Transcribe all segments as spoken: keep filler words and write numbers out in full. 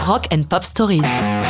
Rock and Pop Stories.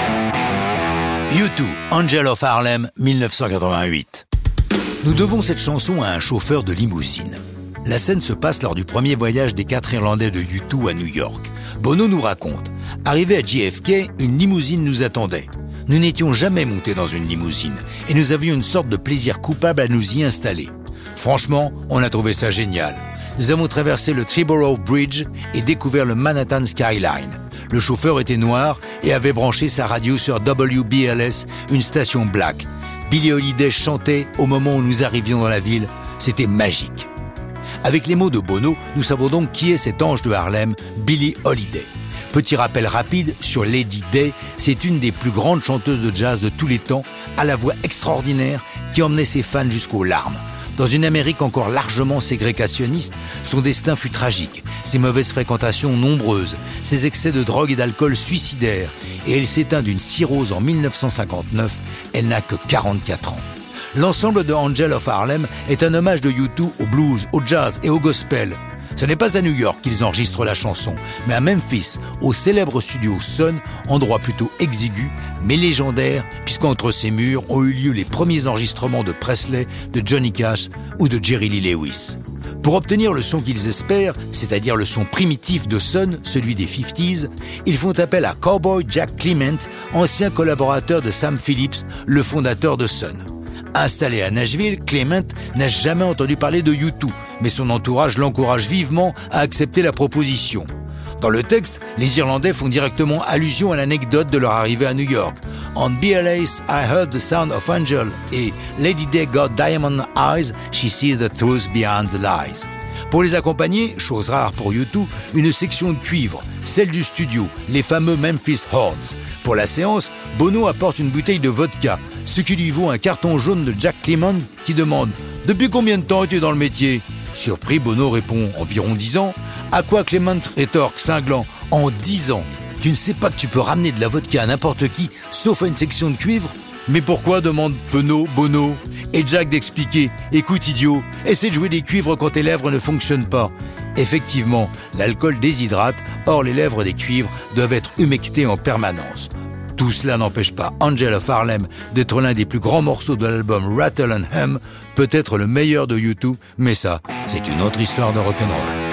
U deux, Angel of Harlem, dix-neuf cent quatre-vingt-huit. Nous devons cette chanson à un chauffeur de limousine. La scène se passe lors du premier voyage des quatre Irlandais de U deux à New York. Bono nous raconte. Arrivé à J F K, une limousine nous attendait. Nous n'étions jamais montés dans une limousine et nous avions une sorte de plaisir coupable à nous y installer. Franchement, on a trouvé ça génial. Nous avons traversé le Triborough Bridge et découvert le Manhattan Skyline. Le chauffeur était noir et avait branché sa radio sur W B L S, une station black. Billie Holiday chantait au moment où nous arrivions dans la ville. C'était magique. Avec les mots de Bono, nous savons donc qui est cet ange de Harlem, Billie Holiday. Petit rappel rapide sur Lady Day, c'est une des plus grandes chanteuses de jazz de tous les temps, à la voix extraordinaire qui emmenait ses fans jusqu'aux larmes. Dans une Amérique encore largement ségrégationniste, son destin fut tragique, ses mauvaises fréquentations nombreuses, ses excès de drogue et d'alcool suicidaires, et elle s'éteint d'une cirrhose en dix-neuf cent cinquante-neuf, elle n'a que quarante-quatre ans. L'ensemble de Angel of Harlem est un hommage de U deux au blues, au jazz et au gospel. Ce n'est pas à New York qu'ils enregistrent la chanson, mais à Memphis, au célèbre studio Sun, endroit plutôt exigu, mais légendaire, puisqu'entre ces murs ont eu lieu les premiers enregistrements de Presley, de Johnny Cash ou de Jerry Lee Lewis. Pour obtenir le son qu'ils espèrent, c'est-à-dire le son primitif de Sun, celui des cinquantaines, ils font appel à Cowboy Jack Clement, ancien collaborateur de Sam Phillips, le fondateur de Sun. Installé à Nashville, Clement n'a jamais entendu parler de U deux, mais son entourage l'encourage vivement à accepter la proposition. Dans le texte, les Irlandais font directement allusion à l'anecdote de leur arrivée à New York. On B L S, I heard the sound of Angel et Lady Day got diamond eyes, she sees the truth behind the lies. Pour les accompagner, chose rare pour U deux, une section de cuivre, celle du studio, les fameux Memphis Horns. Pour la séance, Bono apporte une bouteille de vodka, ce qui lui vaut un carton jaune de Jack Clement qui demande « Depuis combien de temps es-tu dans le métier ?» Surpris, Bono répond « Environ dix ans ». À quoi Clement rétorque cinglant « En dix ans, tu ne sais pas que tu peux ramener de la vodka à n'importe qui, sauf à une section de cuivre ?» Mais pourquoi, demande Bono, Bono. Et Jack d'expliquer « Écoute idiot, essaie de jouer des cuivres quand tes lèvres ne fonctionnent pas. » Effectivement, l'alcool déshydrate, or les lèvres des cuivres doivent être humectées en permanence. Tout cela n'empêche pas Angel of Harlem d'être l'un des plus grands morceaux de l'album Rattle and Hum, peut-être le meilleur de U deux, mais ça, c'est une autre histoire de rock'n'roll.